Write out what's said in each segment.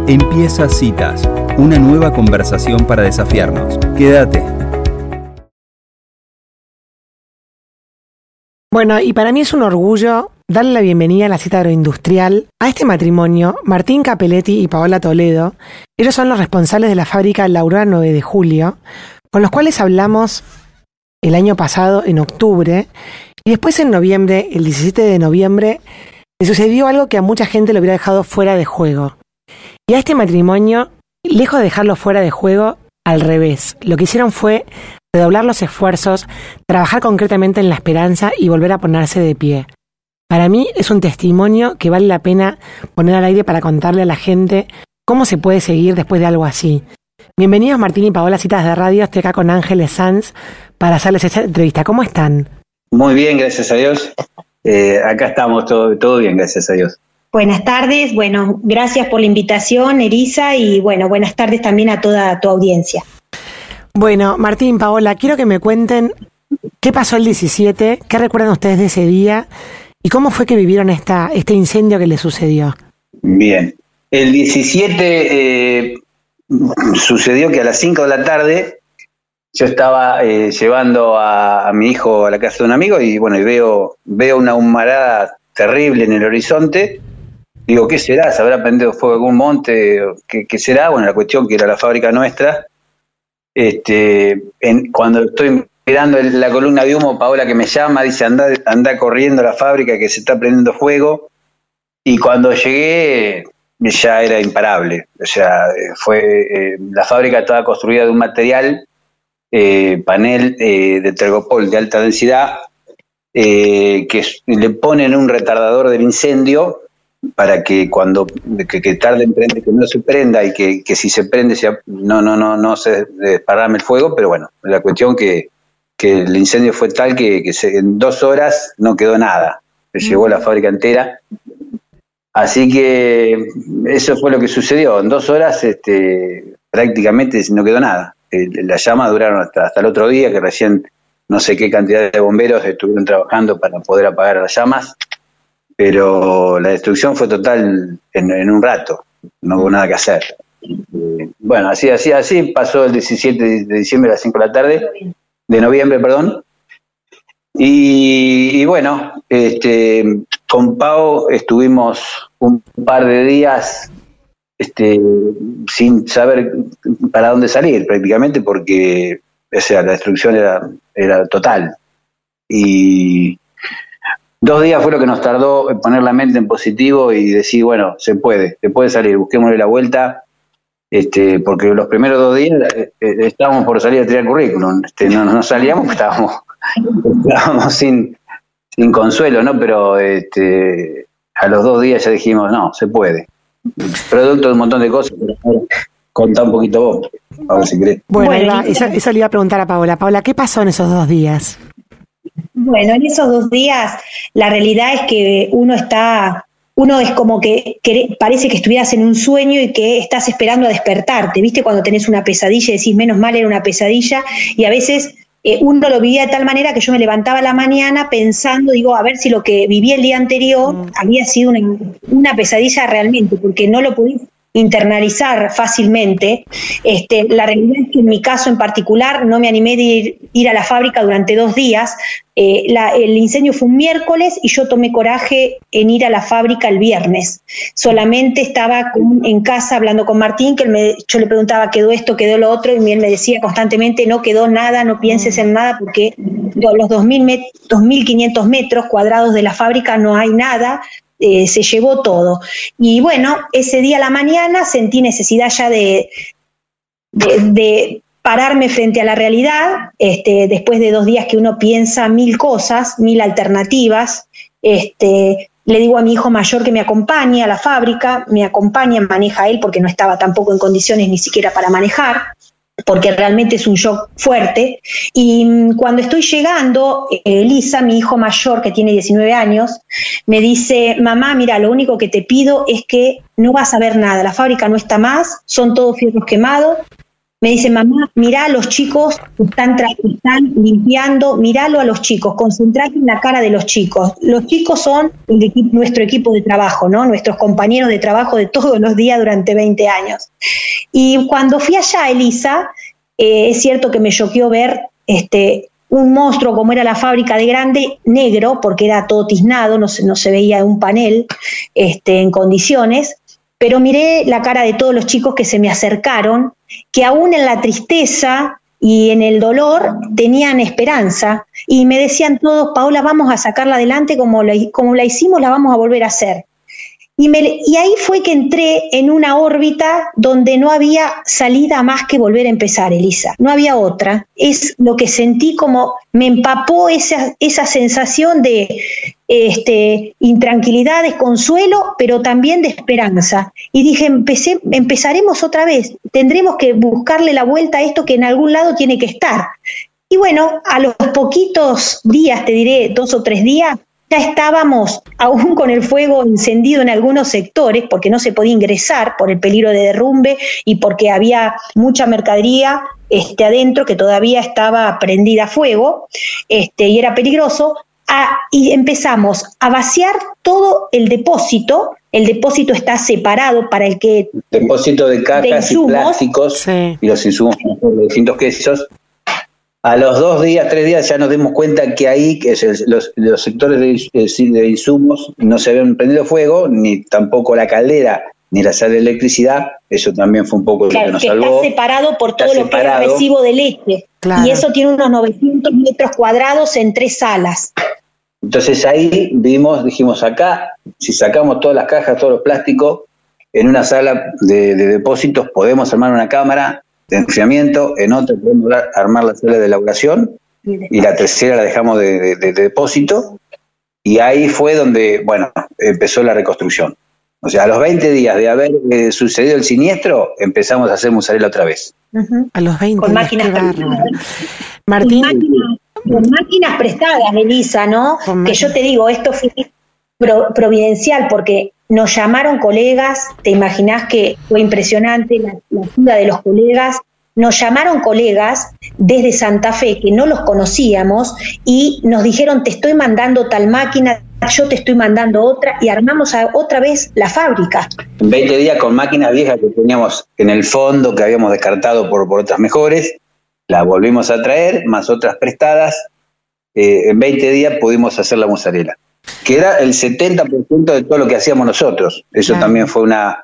Empieza Citas, una nueva conversación para desafiarnos. Quédate. Bueno, y para mí es un orgullo darle la bienvenida a la cita agroindustrial a este matrimonio, Martín Capelletti y Paola Toledo. Ellos son los responsables de la fábrica La Aurora 9 de Julio, con los cuales hablamos el año pasado, en octubre, y después en noviembre, el 17 de noviembre, le sucedió algo que a mucha gente lo hubiera dejado fuera de juego. Y a este matrimonio, lejos de dejarlo fuera de juego, al revés. Lo que hicieron fue redoblar los esfuerzos, trabajar concretamente en la esperanza y volver a ponerse de pie. Para mí es un testimonio que vale la pena poner al aire para contarle a la gente cómo se puede seguir después de algo así. Bienvenidos Martín y Paola, Citas de Radio. Estoy acá con Ángeles Sanz para hacerles esta entrevista. ¿Cómo están? Muy bien, gracias a Dios. Acá estamos, todo bien, gracias a Dios. Buenas tardes, bueno, gracias por la invitación, Erisa, y bueno, buenas tardes también a toda tu audiencia. Bueno, Martín, Paola, quiero que me cuenten qué pasó el 17, qué recuerdan ustedes de ese día y cómo fue que vivieron este incendio que les sucedió. Bien, el 17 sucedió que a las 5 de la tarde yo estaba llevando a mi hijo a la casa de un amigo y bueno, y veo una humarada terrible en el horizonte. Digo, ¿qué será? ¿Se habrá prendido fuego algún monte? ¿Qué será? Bueno, la cuestión que era la fábrica nuestra. Cuando estoy mirando la columna de humo, Paola que me llama, dice, anda corriendo a la fábrica que se está prendiendo fuego. Y cuando llegué, ya era imparable. O sea, la fábrica estaba construida de un material, panel de Tergopol de alta densidad, que le ponen un retardador del incendio para que cuando que tarde en prender, que no se prenda y que si se prende no se desparrame el fuego, pero bueno, la cuestión que el incendio fue tal que en 2 horas no quedó nada, se llevó la fábrica entera, así que eso fue lo que sucedió, en 2 horas prácticamente no quedó nada, las llamas duraron hasta el otro día, que recién no sé qué cantidad de bomberos estuvieron trabajando para poder apagar las llamas, pero la destrucción fue total en un rato, no hubo nada que hacer. Bueno, así pasó el 17 de diciembre a las 5 de la tarde, de noviembre, perdón, y bueno, con Pau estuvimos un par de días sin saber para dónde salir prácticamente, porque o sea, la destrucción era total. Y 2 días fue lo que nos tardó en poner la mente en positivo y decir, bueno, se puede salir, busquémosle la vuelta, porque los primeros 2 días estábamos por salir a tirar currículum, no salíamos, estábamos sin consuelo, ¿no? Pero a los 2 días ya dijimos, no, se puede. Producto de un montón de cosas, pero contá un poquito vos, a ver si querés. Bueno, eso le iba a preguntar a Paola. Paola, ¿qué pasó en esos 2 días? Bueno, en esos 2 días la realidad es que uno es como que parece que estuvieras en un sueño y que estás esperando a despertarte, ¿viste? Cuando tenés una pesadilla y decís, menos mal era una pesadilla, y a veces uno lo vivía de tal manera que yo me levantaba a la mañana pensando, digo, a ver si lo que viví el día anterior había sido una pesadilla realmente, porque no lo pude internalizar fácilmente. La realidad es que en mi caso en particular no me animé de ir a la fábrica durante 2 días. El incendio fue un miércoles y yo tomé coraje en ir a la fábrica el viernes. Solamente estaba en casa hablando con Martín, yo le preguntaba, ¿quedó esto, quedó lo otro? Y él me decía constantemente, no quedó nada, no pienses en nada, porque los 2.500 metros cuadrados de la fábrica no hay nada. Se llevó todo. Y bueno, ese día a la mañana sentí necesidad ya de pararme frente a la realidad, después de 2 días que uno piensa 1000 cosas, 1000 alternativas. Le digo a mi hijo mayor que me acompañe a la fábrica, maneja él porque no estaba tampoco en condiciones ni siquiera para manejar, porque realmente es un shock fuerte. Y cuando estoy llegando, Elisa, mi hijo mayor, que tiene 19 años, me dice, mamá, mira, lo único que te pido es que no vas a ver nada, la fábrica no está más, son todos fierros quemados, Me dice, mamá, mirá a los chicos que están limpiando, míralo a los chicos, concentrate en la cara de los chicos. Los chicos son nuestro equipo de trabajo, ¿no? Nuestros compañeros de trabajo de todos los días durante 20 años. Y cuando fui allá, Elisa, es cierto que me choqueó ver un monstruo como era la fábrica de grande, negro, porque era todo tiznado, no se veía un panel en condiciones, pero miré la cara de todos los chicos que se me acercaron, que aún en la tristeza y en el dolor tenían esperanza, y me decían todos, Paola, vamos a sacarla adelante como la hicimos, la vamos a volver a hacer. Y ahí fue que entré en una órbita donde no había salida más que volver a empezar, Elisa. No había otra. Es lo que sentí, como me empapó esa sensación de intranquilidad, desconsuelo, pero también de esperanza. Y dije, empezaremos otra vez. Tendremos que buscarle la vuelta a esto que en algún lado tiene que estar. Y bueno, a los poquitos días, te diré 2 o 3 días, ya estábamos aún con el fuego encendido en algunos sectores, porque no se podía ingresar por el peligro de derrumbe y porque había mucha mercadería adentro que todavía estaba prendida a fuego, y era peligroso. Y empezamos a vaciar todo el depósito. El depósito está separado para el que... Depósito de cajas y plásticos, sí, y los insumos de distintos quesos. A los 2 días, 3 días ya nos dimos cuenta que ahí los sectores de insumos no se habían prendido fuego, ni tampoco la caldera, ni la sala de electricidad. Eso también fue un poco lo que nos salvó. Está separado por todo lo que es recibo de leche. Claro. Y eso tiene unos 900 metros cuadrados en 3 salas. Entonces ahí dijimos acá, si sacamos todas las cajas, todos los plásticos, en una sala de depósitos podemos armar una cámara de enfriamiento, en otra podemos armar la sala de elaboración, y la tercera la dejamos de depósito, y ahí fue donde, empezó la reconstrucción. O sea, a los 20 días de haber sucedido el siniestro, empezamos a hacer mozzarella otra vez. Uh-huh. A los 20 con máquinas prestadas. Martín. Con máquinas prestadas, Elisa, ¿no? Que yo te digo, esto fue providencial, porque nos llamaron colegas, te imaginás que fue impresionante la ayuda de los colegas. Nos llamaron colegas desde Santa Fe que no los conocíamos y nos dijeron, te estoy mandando tal máquina, yo te estoy mandando otra, y armamos otra vez la fábrica. En 20 días, con máquinas viejas que teníamos en el fondo, que habíamos descartado por otras mejores, las volvimos a traer, más otras prestadas. En 20 días pudimos hacer la mozzarella, que era el 70% de todo lo que hacíamos nosotros. Eso también fue una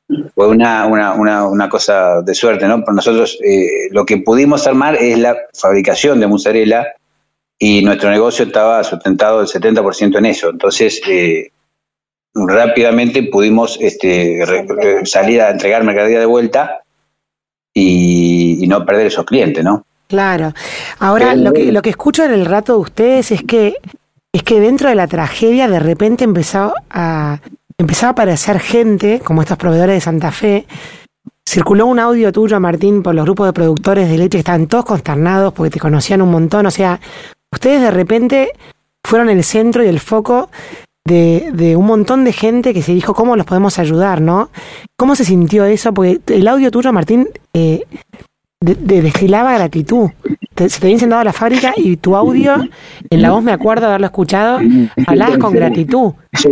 cosa de suerte, ¿no? Pero nosotros lo que pudimos armar es la fabricación de mozzarella, y nuestro negocio estaba sustentado el 70% en eso. Entonces rápidamente pudimos salir a entregar mercadería de vuelta y no perder esos clientes, ¿no? Claro. Ahora, lo que escucho en el rato de ustedes es que dentro de la tragedia de repente empezaba a aparecer gente, como estos proveedores de Santa Fe. Circuló un audio tuyo, Martín, por los grupos de productores de leche que estaban todos consternados porque te conocían un montón. O sea, ustedes de repente fueron el centro y el foco de un montón de gente que se dijo, ¿cómo los podemos ayudar, no? ¿Cómo se sintió eso? Porque el audio tuyo, Martín, destilaba gratitud. Se te había incendiado la fábrica y tu audio, en la voz me acuerdo de haberlo escuchado, hablabas con gratitud.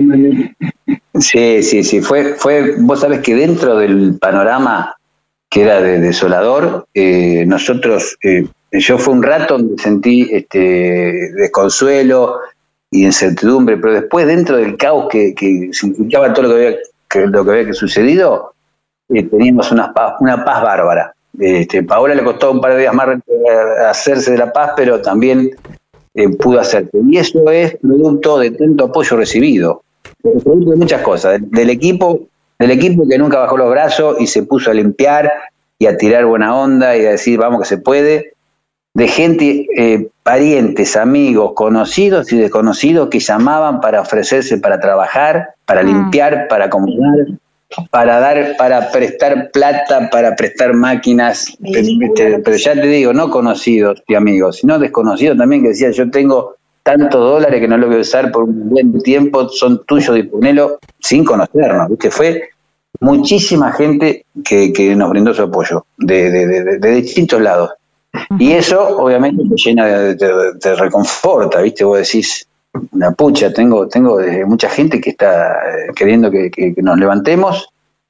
Sí, fue, vos sabés que dentro del panorama que era desolador, nosotros, yo fue un rato donde sentí desconsuelo y incertidumbre, pero después dentro del caos que significaba todo lo que había sucedido, teníamos una paz bárbara. Paola le costó un par de días más hacerse de la paz, pero también pudo hacerse. Y eso es producto de tanto apoyo recibido, producto de muchas cosas, del equipo que nunca bajó los brazos y se puso a limpiar y a tirar buena onda y a decir vamos que se puede, de gente, parientes, amigos, conocidos y desconocidos que llamaban para ofrecerse para trabajar, para limpiar, para acomodar, para prestar plata, para prestar máquinas, pero ya te digo, no conocidos y amigos, sino desconocidos también, que decían, yo tengo tantos dólares que no lo voy a usar por un buen tiempo, son tuyos, disponelo, sin conocernos, ¿viste? Fue muchísima gente que nos brindó su apoyo de distintos lados. Y eso obviamente te llena, te reconforta, ¿viste? Vos decís, una pucha, tengo mucha gente que está queriendo que nos levantemos,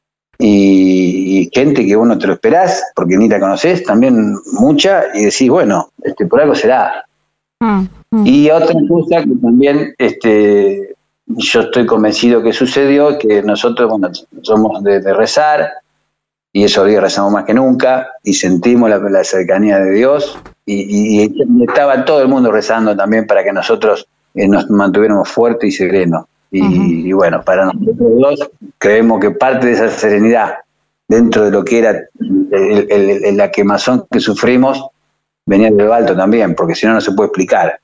y gente que vos no te lo esperás porque ni la conocés, también mucha, y decís, bueno, por algo será. Y otra cosa que también yo estoy convencido que sucedió, que nosotros, bueno, somos de rezar, y esos días rezamos más que nunca, y sentimos la cercanía de Dios, y estaba todo el mundo rezando también para que nosotros nos mantuviéramos fuertes y serenos. Y bueno, para nosotros dos, creemos que parte de esa serenidad, dentro de lo que era la quemazón que sufrimos, venía de lo alto también, porque si no, no se puede explicar.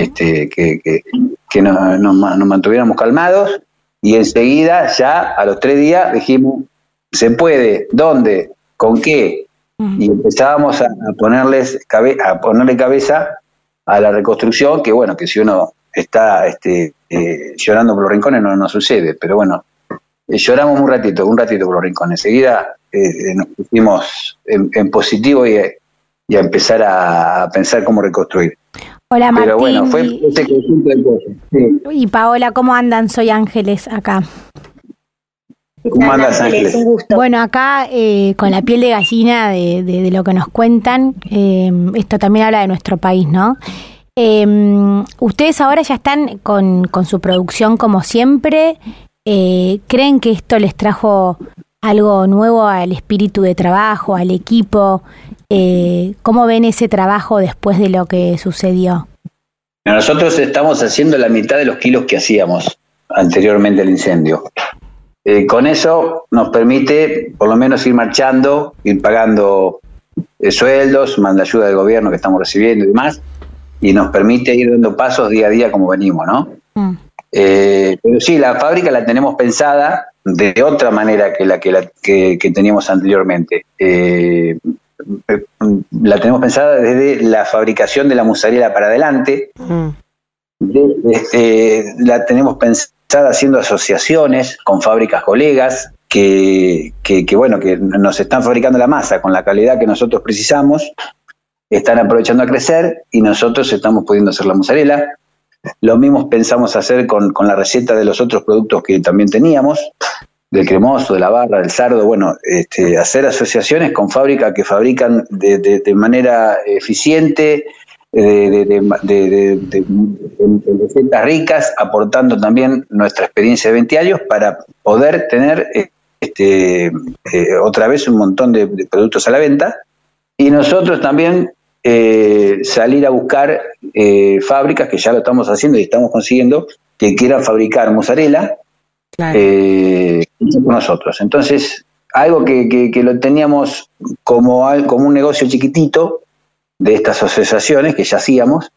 Que nos mantuviéramos calmados, y enseguida, ya a los 3 días, dijimos, se puede, ¿dónde? ¿Con qué? Y empezábamos a ponerle cabeza a la reconstrucción, que bueno, que si uno está llorando por los rincones no sucede, pero bueno, lloramos un ratito por los rincones. Enseguida nos pusimos en positivo y a empezar a pensar cómo reconstruir. Hola, Martín. Pero bueno, fue ese conjunto de cosas. Sí. Y Paola, ¿cómo andan? Soy Ángeles acá. ¿Cómo andas, Ángeles? Un gusto. Bueno, acá con la piel de gallina de lo que nos cuentan, esto también habla de nuestro país, ¿no? Ustedes ahora ya están con su producción como siempre. ¿Creen que esto les trajo algo nuevo al espíritu de trabajo, al equipo? ¿Cómo ven ese trabajo después de lo que sucedió? Nosotros estamos haciendo la mitad de los kilos que hacíamos anteriormente al incendio. Con eso nos permite por lo menos ir marchando, ir pagando sueldos, más la ayuda del gobierno que estamos recibiendo y demás, y nos permite ir dando pasos día a día como venimos, ¿no? Pero sí, la fábrica la tenemos pensada de otra manera que la que teníamos anteriormente. La tenemos pensada desde la fabricación de la mozzarella para adelante. La tenemos pensada haciendo asociaciones con fábricas colegas que bueno, que nos están fabricando la masa con la calidad que nosotros precisamos, están aprovechando a crecer, y nosotros estamos pudiendo hacer la mozzarella. Lo mismo pensamos hacer con la receta de los otros productos que también teníamos, del cremoso, de la barra, del sardo. Bueno, hacer asociaciones con fábricas que fabrican de manera eficiente, de recetas ricas, aportando también nuestra experiencia de 20 años para poder tener otra vez un montón de productos a la venta, y nosotros también salir a buscar fábricas, que ya lo estamos haciendo y estamos consiguiendo, que quieran fabricar mozzarella con nosotros. Entonces, algo que lo teníamos como un negocio chiquitito de estas asociaciones que ya hacíamos,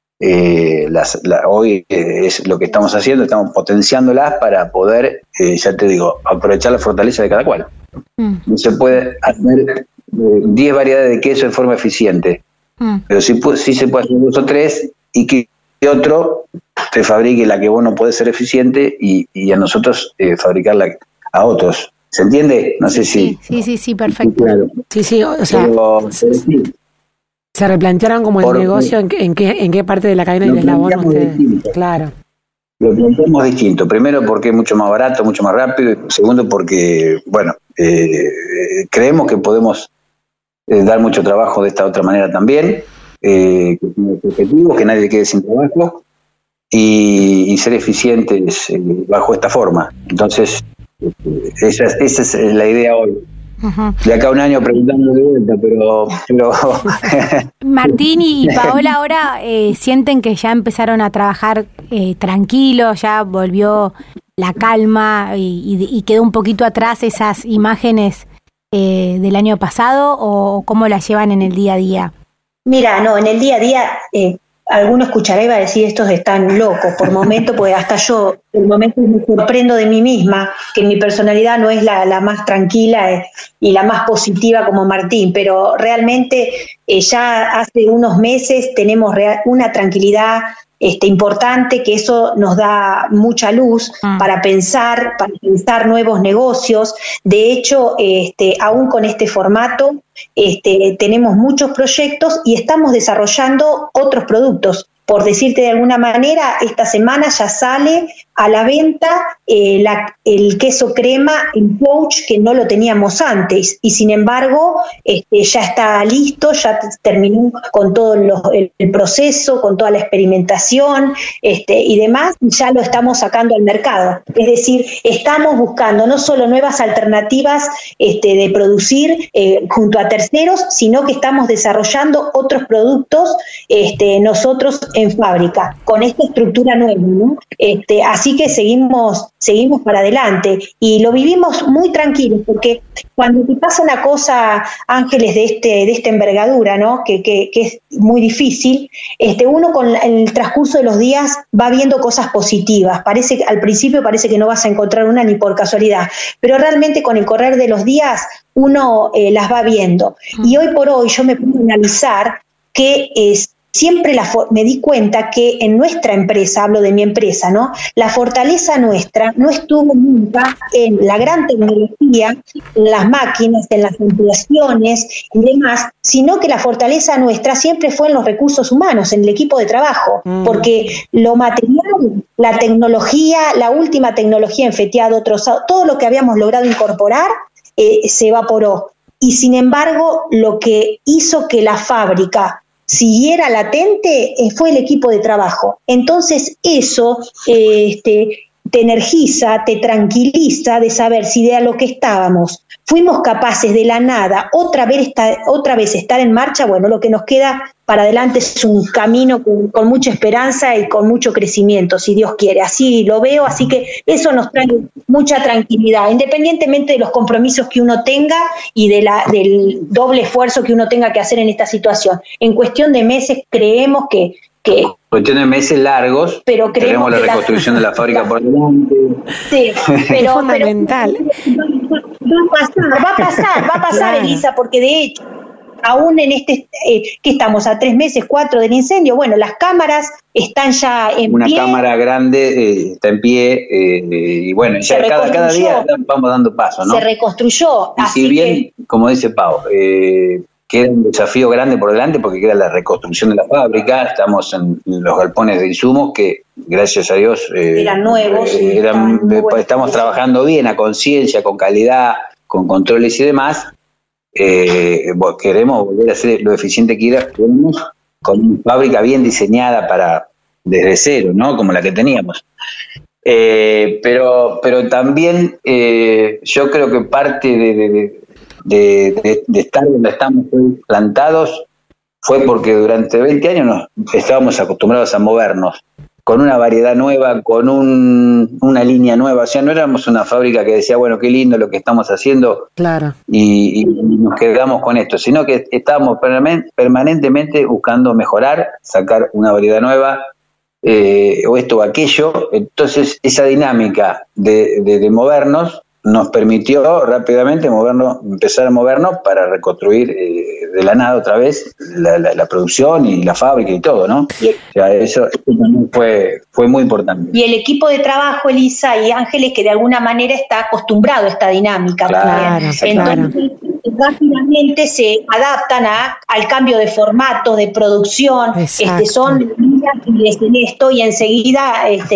hoy es lo que estamos haciendo, estamos potenciándolas para poder, ya te digo, aprovechar la fortaleza de cada cual. No se puede hacer 10 variedades de queso de forma eficiente, pero sí se puede hacer 2 o 3, y que otro te fabrique la que vos no podés ser eficiente, y a nosotros fabricarla a otros. ¿Se entiende? No sé si... Sí, perfecto. Claro. Sí, o sea... Pero, sí. Se replantearon como el negocio, en qué parte de la cadena del eslabón ustedes. Claro. Lo planteamos distinto. Primero, porque es mucho más barato, mucho más rápido. Y segundo, porque, bueno, creemos que podemos dar mucho trabajo de esta otra manera también. Objetivos, que nadie quede sin trabajo, y ser eficientes bajo esta forma. Entonces, esa es la idea hoy. De acá a un año preguntando de vuelta, pero... Martín y Paola ahora sienten que ya empezaron a trabajar tranquilos, ya volvió la calma y quedó un poquito atrás esas imágenes del año pasado, o cómo las llevan en el día a día. Mira, no, en el día a día alguno escuchará y va a decir, estos están locos por momentos, porque hasta yo, el momento me sorprendo de mí misma, que mi personalidad no es la más tranquila y la más positiva como Martín, pero realmente ya hace unos meses tenemos una tranquilidad, importante, que eso nos da mucha luz para pensar nuevos negocios. De hecho, aún con este formato, tenemos muchos proyectos y estamos desarrollando otros productos. Por decirte de alguna manera, esta semana ya sale a la venta el queso crema en pouch, que no lo teníamos antes, y sin embargo ya está listo, ya terminó con todo el proceso, con toda la experimentación y demás, ya lo estamos sacando al mercado. Es decir, estamos buscando no solo nuevas alternativas de producir junto a terceros, sino que estamos desarrollando otros productos nosotros en fábrica, con esta estructura nueva, ¿no? Así que seguimos para adelante y lo vivimos muy tranquilos, porque cuando te pasa una cosa, Ángeles, de esta envergadura, ¿no? que es muy difícil, uno con el transcurso de los días va viendo cosas positivas. Al principio parece que no vas a encontrar una ni por casualidad, pero realmente con el correr de los días uno las va viendo. Y hoy por hoy yo me puedo analizar que siempre me di cuenta que en nuestra empresa, hablo de mi empresa, ¿no? La fortaleza nuestra no estuvo nunca en la gran tecnología, en las máquinas, en las ampliaciones y demás, sino que la fortaleza nuestra siempre fue en los recursos humanos, en el equipo de trabajo, porque lo material, la tecnología, la última tecnología en feteado, trozado, todo lo que habíamos logrado incorporar se evaporó. Y sin embargo, lo que hizo que la fábrica siguiera latente fue el equipo de trabajo. Entonces eso te energiza, te tranquiliza de saber si de a lo que estábamos fuimos capaces de la nada otra vez estar en marcha. Bueno, lo que nos queda para adelante es un camino con mucha esperanza y con mucho crecimiento, si Dios quiere. Así lo veo, así que eso nos trae mucha tranquilidad, independientemente de los compromisos que uno tenga y del doble esfuerzo que uno tenga que hacer en esta situación. En cuestión de meses creemos que cuestión de meses largos, pero queremos la reconstrucción de la fábrica por delante. Sí, pero es fundamental. Va a pasar, Elisa, porque de hecho, aún en que estamos a 3 meses, 4 del incendio, bueno, las cámaras están ya en pie. Una cámara grande está en pie, y bueno, ya cada día vamos dando paso, ¿no? Se reconstruyó. Y si bien, como dice Pau, queda un desafío grande por delante porque queda la reconstrucción de la fábrica. Estamos en los galpones de insumos que, gracias a Dios, eran nuevos. Estamos trabajando bien, a conciencia, con calidad, con controles y demás. Queremos volver a ser lo eficiente que queremos, con una fábrica bien diseñada desde cero, ¿no? Como la que teníamos. Pero también yo creo que parte de estar donde estamos plantados fue porque durante 20 años estábamos acostumbrados a movernos con una variedad nueva, con una línea nueva. O sea, no éramos una fábrica que decía, bueno, qué lindo lo que estamos haciendo, claro, y nos quedamos con esto, sino que estábamos permanentemente buscando mejorar, sacar una variedad nueva, o esto o aquello. Entonces esa dinámica de movernos nos permitió rápidamente empezar a movernos para reconstruir de la nada otra vez la producción y la fábrica y todo, ¿no? O sea, eso también fue muy importante. Y el equipo de trabajo, Elisa y Ángeles, que de alguna manera está acostumbrado a esta dinámica. Claro, entonces, rápidamente se adaptan al cambio de formato, de producción. Son ágiles en esto y enseguida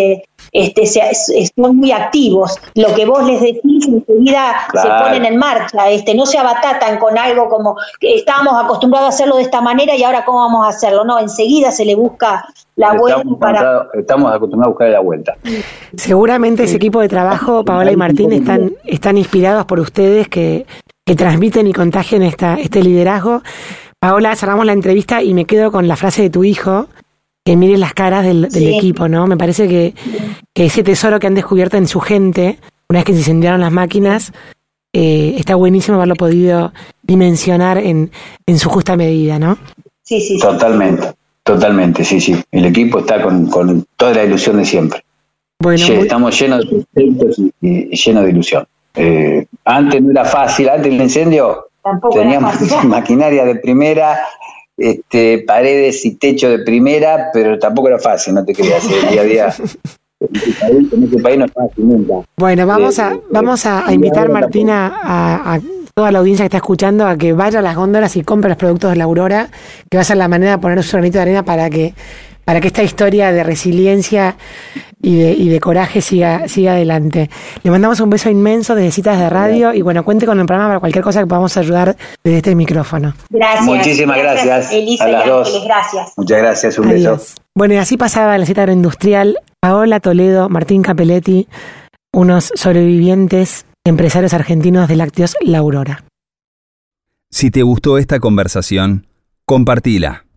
son muy activos. Lo que vos les decís enseguida se ponen en marcha, no se abatatan con algo como que estábamos acostumbrados a hacerlo de esta manera y ahora cómo vamos a hacerlo. No, enseguida se le busca la vuelta. Estamos acostumbrados a buscar la vuelta. Seguramente ese equipo de trabajo, Paola y Martín, están inspirados por ustedes que transmiten y contagian este liderazgo. Paola, cerramos la entrevista y me quedo con la frase de tu hijo, que miren las caras del equipo, ¿no? Me parece que ese tesoro que han descubierto en su gente, una vez que se incendiaron las máquinas, está buenísimo haberlo podido dimensionar en su justa medida, ¿no? Sí. Totalmente, sí. El equipo está con toda la ilusión de siempre. Bueno, estamos llenos de proyectos y llenos de ilusión. Antes no era fácil, antes del incendio tampoco teníamos maquinaria de primera, paredes y techo de primera, pero tampoco era fácil, no te creas, el día a día. En este país no es fácil nunca. Bueno, vamos a invitar, Martina, a toda la audiencia que está escuchando a que vaya a las góndolas y compre los productos de la Aurora, que va a ser la manera de poner su granito de arena para que esta historia de resiliencia y de coraje siga adelante. Le mandamos un beso inmenso desde Citas de Radio y bueno, cuente con el programa para cualquier cosa que podamos ayudar desde este micrófono. Gracias. Muchísimas gracias. Elisa a las dos. Ángeles, gracias. Muchas gracias, un Adiós. beso. Bueno, y así pasaba la cita agroindustrial. Paola Toledo, Martín Capelletti, unos sobrevivientes empresarios argentinos de lácteos La Aurora. Si te gustó esta conversación, compartila.